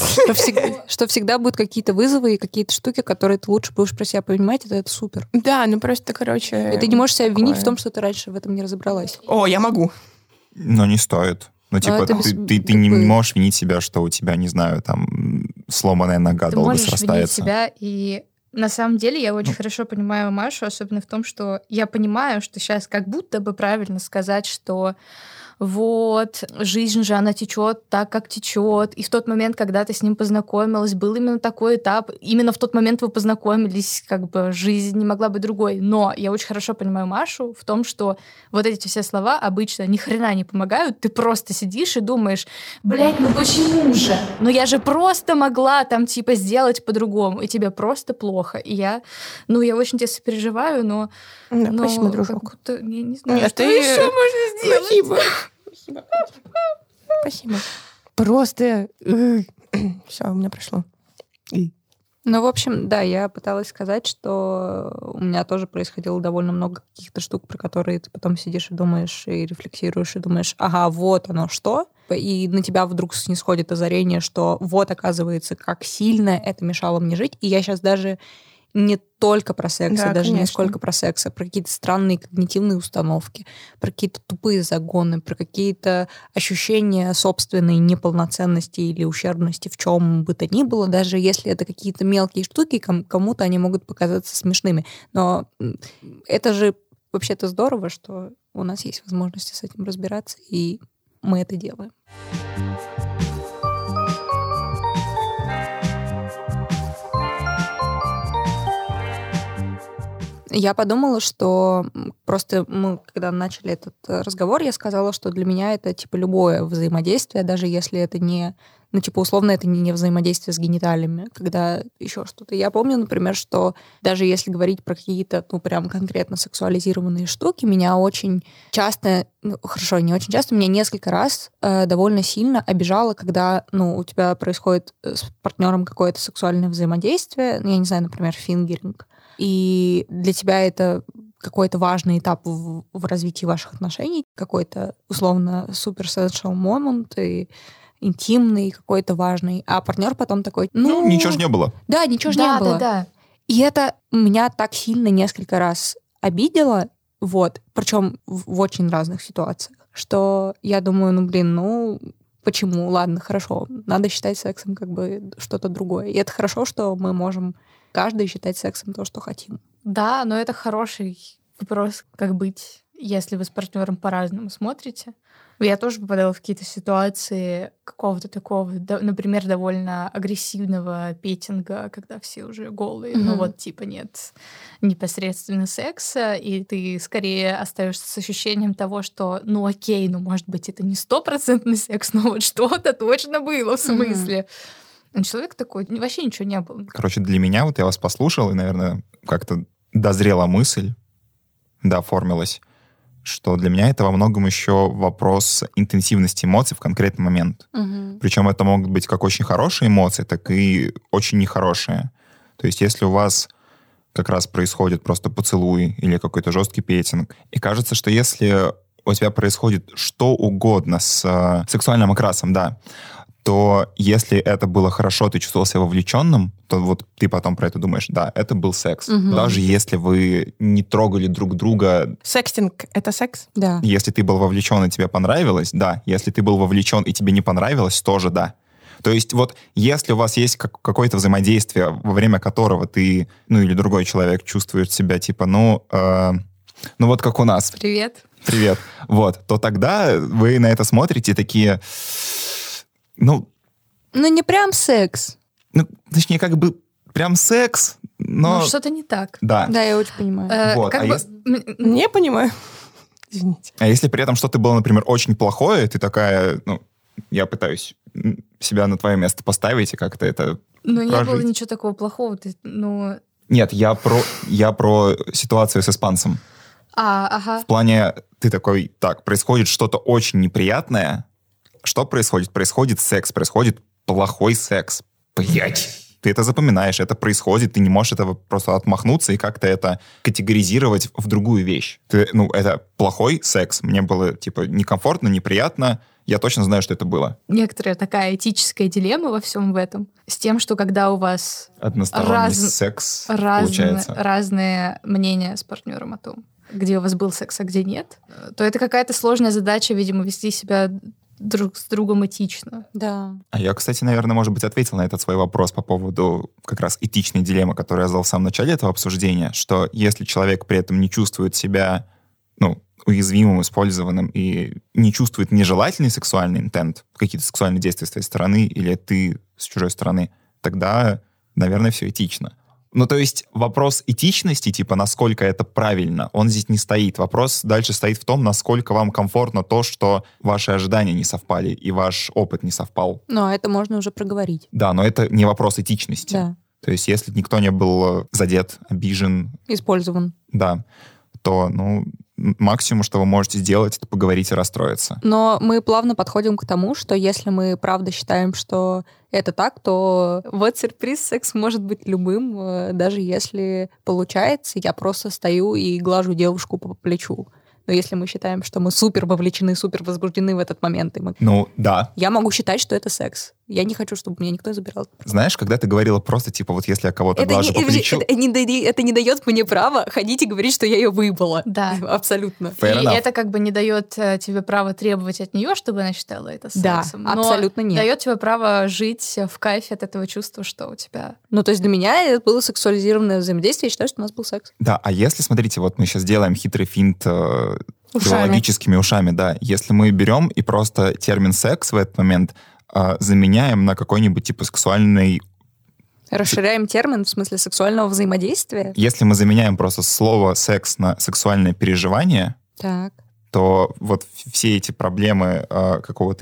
A: что всегда будут какие-то вызовы и какие-то штуки, которые ты лучше будешь про себя понимать, это супер.
D: Да, ну просто, короче...
A: И ты не можешь себя винить в том, что ты раньше в этом не разобралась.
D: О, я могу.
C: Но не стоит. Ну, типа, ты не можешь винить себя, что у тебя, не знаю, там, сломанная нога долго срастается.
B: Ты можешь винить себя и... На самом деле, я очень хорошо понимаю Машу, особенно в том, что я понимаю, что сейчас как будто бы правильно сказать, что вот, жизнь же, она течет так, как течет. И в тот момент, когда ты с ним познакомилась, был именно такой этап. Именно в тот момент вы познакомились, как бы жизнь не могла быть другой. Но я очень хорошо понимаю Машу в том, что вот эти все слова обычно ни хрена не помогают. Ты просто сидишь и думаешь, блядь, ну почему же? Ну я же просто могла там типа сделать по-другому. И тебе просто плохо. И я очень тебя сопереживаю, но...
D: Да, спасибо, дружок.
B: Будто, я не знаю,
D: что еще можно сделать. Спасибо. Просто... Все, у меня прошло.
A: Ну, в общем, да, я пыталась сказать, что у меня тоже происходило довольно много каких-то штук, про которые ты потом сидишь и думаешь, и рефлексируешь, и думаешь, ага, вот оно что. И на тебя вдруг снисходит озарение, что вот, оказывается, как сильно это мешало мне жить. И я сейчас даже не только про секс,
D: да,
A: даже
D: конечно.
A: не сколько про секс, а про какие-то странные когнитивные установки, про какие-то тупые загоны, про какие-то ощущения собственной неполноценности или ущербности в чем бы то ни было, даже если это какие-то мелкие штуки, кому-то они могут показаться смешными. Но это же вообще-то здорово, что у нас есть возможность с этим разбираться, и мы это делаем. Я подумала, что просто мы, когда начали этот разговор, я сказала, что для меня это, типа, любое взаимодействие, даже если это не, ну, типа, условно, это не взаимодействие с гениталиями, когда еще что-то. Я помню, например, что даже если говорить про какие-то, ну, прям конкретно сексуализированные штуки, меня очень часто, ну, хорошо, не очень часто, меня несколько раз довольно сильно обижало, когда, ну, у тебя происходит с партнером какое-то сексуальное взаимодействие, ну, я не знаю, например, фингеринг, и для тебя это какой-то важный этап в развитии ваших отношений, какой-то, условно, супер sensual момент и интимный, какой-то важный, а партнер потом такой, ну...
C: ничего же не было.
A: Да, ничего же не было.
B: Да.
A: И это меня так сильно несколько раз обидело, вот, причем в очень разных ситуациях, что я думаю, почему? Ладно, хорошо, надо считать сексом как бы что-то другое. И это хорошо, что мы можем каждый считать сексом то, что хотим.
B: Да, но это хороший вопрос, как быть. если вы с партнером по-разному смотрите. Я тоже попадала в какие-то ситуации какого-то такого, например, довольно агрессивного петинга, когда все уже голые, но вот типа нет непосредственно секса, и ты скорее остаешься с ощущением того, что ну окей, ну может быть это не 100% секс, но вот что-то точно было в смысле. А человек такой, вообще ничего не было.
C: Короче, для меня, вот я вас послушал, и, наверное, как-то дозрела мысль, да, оформилась, что для меня это во многом еще вопрос интенсивности эмоций в конкретный момент. Причем это могут быть как очень хорошие эмоции, так и очень нехорошие. То есть если у вас как раз происходит просто поцелуй или какой-то жесткий петинг, и кажется, что если у тебя происходит что угодно с сексуальным окрасом, да, то если это было хорошо, ты чувствовал себя вовлеченным, то вот ты потом про это думаешь, да, это был секс. Даже если вы не трогали друг друга.
D: Секстинг — это секс?
A: Да.
C: Если ты был вовлечен и тебе понравилось, да. Если ты был вовлечен и тебе не понравилось, тоже да. То есть вот если у вас есть какое-то взаимодействие, во время которого ты, ну или другой человек чувствует себя типа, ну вот как у нас.
B: Привет.
C: Вот, то тогда вы на это смотрите такие... Ну,
A: не прям секс.
C: Ну, точнее, как бы прям секс, но...
B: Ну, что-то не так.
C: Да.
A: Да, я очень понимаю.
C: Вот.
D: Не понимаю. Извините.
C: А если при этом что-то было, например, очень плохое, ты такая, ну, я пытаюсь себя на твое место поставить и как-то это
B: не
C: прожить.
B: было ничего такого плохого.
C: Нет, я про ситуацию с испанцем.
B: Ага.
C: В плане, ты такой, так, происходит что-то очень неприятное. Что происходит? Происходит секс, происходит плохой секс. Блять. Ты это запоминаешь, это происходит, ты не можешь этого просто отмахнуться и как-то это категоризировать в другую вещь. Это плохой секс. Мне было, типа, некомфортно, неприятно. Я точно знаю, что это было.
B: Некоторая такая этическая дилемма во всем в этом. С тем, что когда у вас
C: односторонний секс получается.
B: Разные мнения с партнером о том, где у вас был секс, а где нет, то это какая-то сложная задача, видимо, вести себя друг с другом этично.
A: Да.
C: А я, кстати, наверное, может быть, ответил на этот свой вопрос по поводу как раз этичной дилеммы, которую я задал в самом начале этого обсуждения, что если человек при этом не чувствует себя, уязвимым, использованным и не чувствует нежелательный сексуальный интент, какие-то сексуальные действия с твоей стороны или ты с чужой стороны, тогда, наверное, все этично. То есть вопрос этичности, типа, насколько это правильно, он здесь не стоит. Вопрос дальше стоит в том, насколько вам комфортно то, что ваши ожидания не совпали и ваш опыт не совпал.
A: Но это можно уже проговорить.
C: Да, но это не вопрос этичности.
A: Да.
C: То есть если никто не был задет, обижен...
A: Использован.
C: Да, то, максимум, что вы можете сделать, это поговорить и расстроиться.
A: Но мы плавно подходим к тому, что если мы правда считаем, что это так, то вот сюрприз, секс может быть любым, даже если получается, я просто стою и глажу девушку по плечу. Но если мы считаем, что мы супер вовлечены, супер возбуждены в этот момент, и мы...
C: Да.
A: Я могу считать, что это секс. Я не хочу, чтобы меня никто забирал.
C: Знаешь, когда ты говорила просто, типа, вот если я кого-то глажу по плечу...
A: Это не дает мне права ходить и говорить, что я ее выебала.
B: Да.
A: Абсолютно.
B: И это как бы не дает тебе права требовать от нее, чтобы она считала это сексом.
A: Да, абсолютно нет.
B: Дает тебе право жить в кайфе от этого чувства, что у тебя...
A: То есть для меня это было сексуализированное взаимодействие, я считаю, что у нас был секс.
C: Да, а если, смотрите, вот мы сейчас делаем хитрый финт филологическими ушами, да. Если мы берем и просто термин «секс» в этот момент заменяем на какой-нибудь типа сексуальный...
A: Расширяем термин в смысле сексуального взаимодействия?
C: Если мы заменяем просто слово «секс» на «сексуальное переживание»,
A: так,
C: то вот все эти проблемы какого-то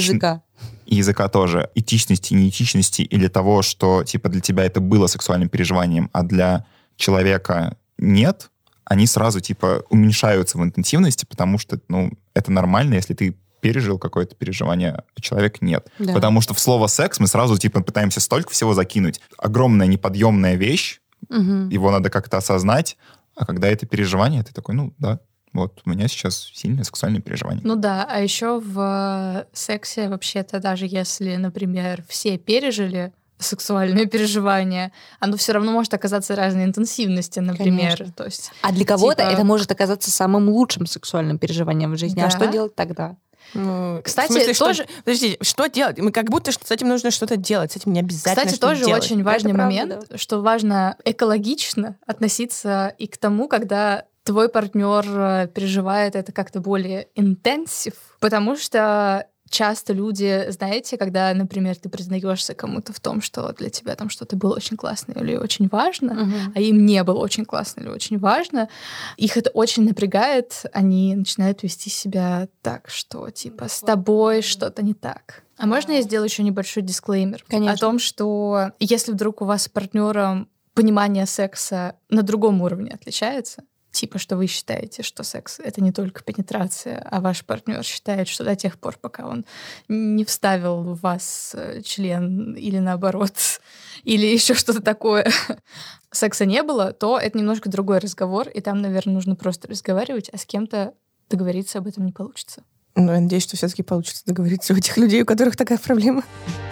C: языка тоже, этичности, неэтичности или того, что типа для тебя это было сексуальным переживанием, а для человека нет, они сразу типа уменьшаются в интенсивности, потому что, это нормально, если ты пережил какое-то переживание, а человек нет. Да. Потому что в слово «секс» мы сразу типа пытаемся столько всего закинуть. Огромная неподъемная вещь, его надо как-то осознать, а когда это переживание, ты такой, да, вот у меня сейчас сильное сексуальное переживание.
B: Да, а еще в сексе вообще-то даже если, например, все пережили сексуальное переживание, оно все равно может оказаться разной интенсивности, например.
A: Конечно.
B: То есть,
A: а для кого-то это может оказаться самым лучшим сексуальным переживанием в жизни. Да. А что делать тогда?
B: Кстати,
D: в смысле,
B: тоже...
D: Подождите, что делать? Мы как будто с этим нужно что-то делать, с этим не обязательно
B: Кстати, тоже
D: делать.
B: очень важный
A: это
B: момент,
A: правда, да.
B: что важно экологично относиться и к тому, когда твой партнер переживает это как-то более интенсив, потому что часто люди, знаете, когда, например, ты признаешься кому-то в том, что для тебя там что-то было очень классно или очень важно, а им не было очень классно или очень важно, их это очень напрягает, они начинают вести себя так, что типа с тобой что-то не так. А можно я сделаю еще небольшой дисклеймер?
A: Конечно.
B: О том, что если вдруг у вас с партнером понимание секса на другом уровне отличается, типа, что вы считаете, что секс — это не только пенетрация, а ваш партнер считает, что до тех пор, пока он не вставил в вас член или наоборот, или еще что-то такое, секса не было, то это немножко другой разговор, и там, наверное, нужно просто разговаривать, а с кем-то договориться об этом не получится.
D: Ну, я надеюсь, что все-таки получится договориться у этих людей, у которых такая проблема.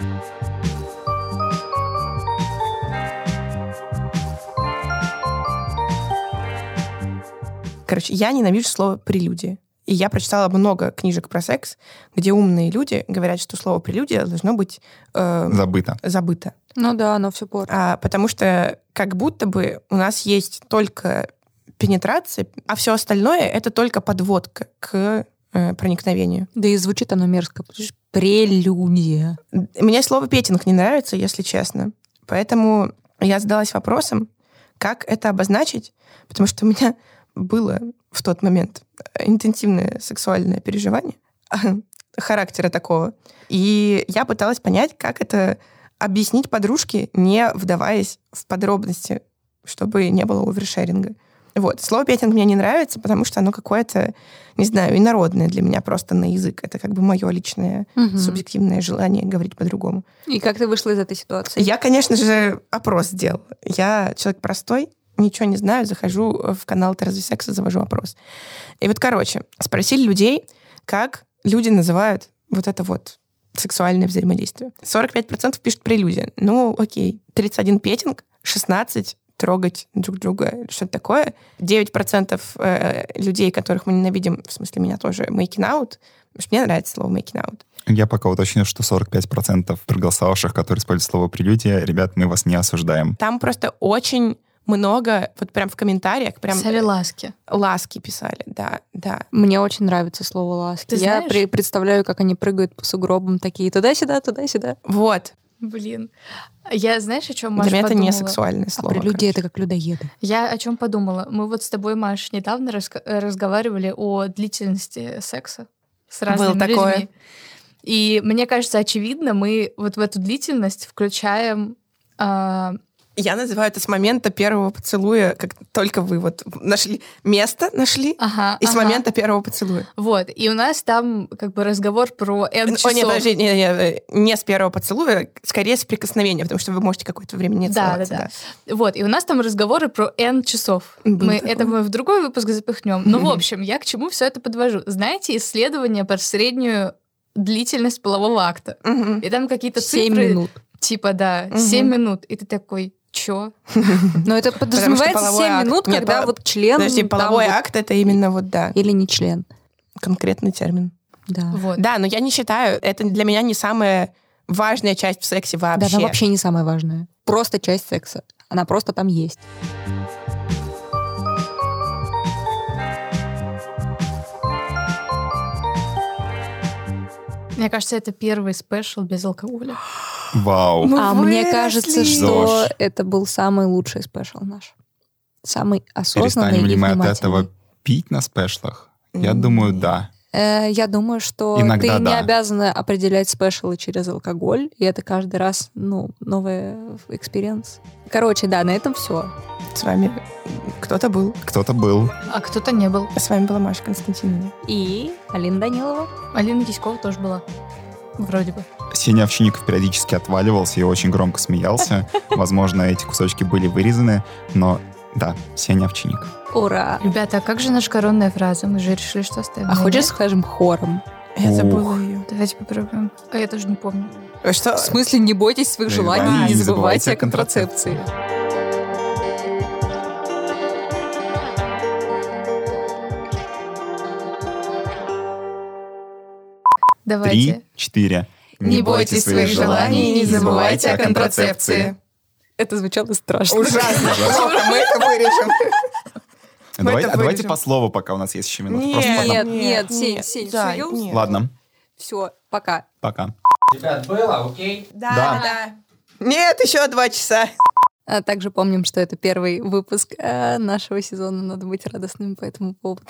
D: Короче, я ненавижу слово «прелюдия». И я прочитала много книжек про секс, где умные люди говорят, что слово «прелюдия» должно быть... забыто.
A: Ну да, оно все портит.
D: Потому что как будто бы у нас есть только пенетрация, а все остальное — это только подводка к проникновению.
A: Да и звучит оно мерзко. Прелюдия.
D: Мне слово «петинг» не нравится, если честно. Поэтому я задалась вопросом, как это обозначить, потому что у меня было в тот момент интенсивное сексуальное переживание характера такого. И я пыталась понять, как это объяснить подружке, не вдаваясь в подробности, чтобы не было овершеринга. Вот. Слово «петинг» мне не нравится, потому что оно какое-то, не знаю, инородное для меня просто на язык. Это как бы мое личное субъективное желание говорить по-другому.
A: И как ты вышла из этой ситуации?
D: Я, конечно же, опрос сделала. Я человек простой, ничего не знаю, захожу в канал «Терзай секса», завожу опрос. И вот, короче, спросили людей, как люди называют вот это вот сексуальное взаимодействие. 45% пишут «прелюдия». Ну, окей. 31% петинг, 16% трогать друг друга, что-то такое. 9% людей, которых мы ненавидим, в смысле меня тоже, making out. Потому что мне нравится слово making out.
C: Я пока уточню, что 45% проголосовавших, которые используют слово «прелюдия», ребят, мы вас не осуждаем.
D: Там просто очень много, вот прям в комментариях, прям...
B: Писали ласки.
D: Ласки писали, да.
A: Мне очень нравится слово «ласки».
B: Ты
A: Я
B: знаешь?
A: Представляю, как они прыгают по сугробам такие туда-сюда, туда-сюда.
D: Вот.
B: Блин. Я, знаешь, о чем, Маша,
D: Для меня
B: подумала?
D: это не сексуальное слово.
A: Прелюдия — это как людоеды.
B: Я о чем подумала? Мы вот с тобой, Маш, недавно разговаривали о длительности секса с разными
D: такое.
B: людьми. И мне кажется, очевидно, мы вот в эту длительность включаем...
D: Я называю это с момента первого поцелуя, как только вы вот нашли место, с момента первого поцелуя.
B: Вот, и у нас там как бы разговор про N часов.
D: Нет, подожди, не с первого поцелуя, скорее с прикосновения, потому что вы можете какое-то время не целоваться.
B: Да. Вот, и у нас там разговоры про N часов. Это мы в другой выпуск запихнем. Ну, в общем, я к чему все это подвожу? Знаете, исследования про среднюю длительность полового акта. И там какие-то
A: 7
B: цифры.
A: минут.
B: Типа, 7 минут. И ты такой... Чё?
A: Но это подразумевается 7 минут, когда вот член...
D: Подожди, половой акт — это именно вот, да.
A: Или не член.
D: Конкретный термин.
A: Да.
B: Вот.
D: Да, но я не считаю, это для меня не самая важная часть в сексе вообще.
A: Да, она вообще не самая важная. Просто часть секса. Она просто там есть.
B: Мне кажется, это первый спешл без алкоголя.
C: Вау.
A: Мне кажется, что это был самый лучший спешл наш. Самый осознанный и
C: Перестанем ли мы
A: внимательный.
C: от этого пить на спешлах? Я думаю, да.
A: Я думаю, что
C: Иногда
A: ты
C: да.
A: не обязана определять спешлы через алкоголь, и это каждый раз, новый экспириенс. Короче, да, на этом все.
D: С вами кто-то был.
C: Кто-то был.
B: А кто-то не был.
D: С вами была Маша Константиновна.
A: И Алина Данилова.
B: Алина Яськова тоже была. Вроде бы.
C: Сеня Овчинников периодически отваливался и очень громко смеялся. Возможно, эти кусочки были вырезаны, но да, Сеня Овчинников.
A: Ура!
B: Ребята, а как же наша коронная фраза? Мы же решили, что оставим.
A: А хочешь, скажем хором?
D: Я забыла ее.
B: Давайте попробуем. А я тоже не помню.
D: Что?
A: В смысле, не бойтесь своих желаний и не забывайте о контрацепции.
B: Давайте.
C: 3, 4.
B: Не бойтесь своих желаний и не забывайте о контрацепции.
A: Это звучало страшно.
D: Ужасно. Мы это вырежем.
C: Давайте по слову, пока у нас есть еще минута.
A: Нет, Сень, серьезно?
C: Ладно.
A: Все, пока.
C: Пока.
F: Ребят, было, окей?
D: Да. Нет, еще 2 часа.
A: А также помним, что это первый выпуск нашего сезона. Надо быть радостными по этому поводу.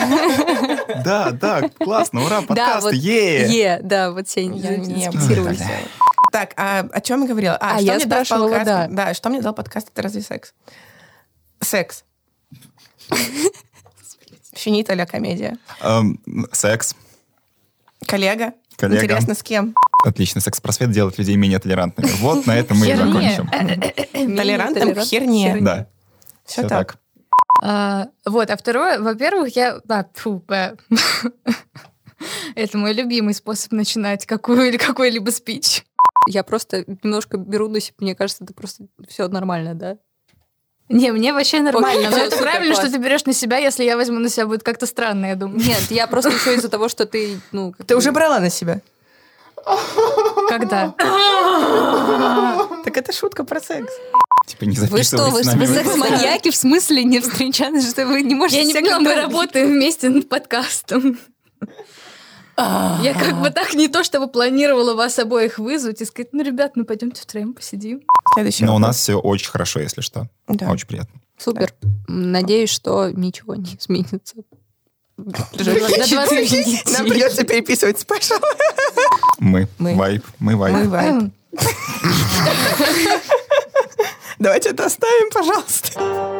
C: Да, классно, ура, подкасты,
A: Да, вот Сень, зафиксировались.
D: Так, о чем я говорила?
A: Что я спрашивала,
D: да. Что мне дал подкаст, это разве секс? Секс. Финита ля комедия.
C: Секс.
D: Коллега. Интересно, с кем?
C: Отлично, секс-просвет делает людей менее толерантными. Вот на этом мы и закончим.
D: Толерантным к херне.
C: Да.
D: Все так.
B: Вот, а второе, во-первых, это мой любимый способ начинать какой-либо спич.
A: Я просто немножко беру на себя, мне кажется, это просто все нормально, да?
B: Не, мне вообще нормально. Но это
A: Супер,
B: правильно,
A: класс.
B: что ты берешь на себя. Если я возьму на себя, будет как-то странно, я думаю.
A: Нет, я просто еще из-за того, что ты,
D: Ты уже брала на себя?
B: Когда?
D: Так это шутка про секс.
C: Типа не
A: Вы что,
C: записывайте
A: вы
C: с нами.
A: секс-маньяки в смысле не встречались, что вы не можете
B: Я не
A: себя
B: поняла, мы
A: контролировать?
B: работаем вместе над подкастом. Я как бы так не то, чтобы планировала вас обоих вызвать и сказать, ребят, пойдемте втроем посидим.
D: Следующий
C: Но у
D: вопрос.
C: нас все очень хорошо, если что.
D: Да.
C: Очень приятно.
A: Супер. Надеюсь, что ничего не изменится.
B: До 20
D: Нам придется переписывать спешл.
C: Мы
D: Мы.
C: вайб.
D: Мы вайб. Давайте это оставим, пожалуйста.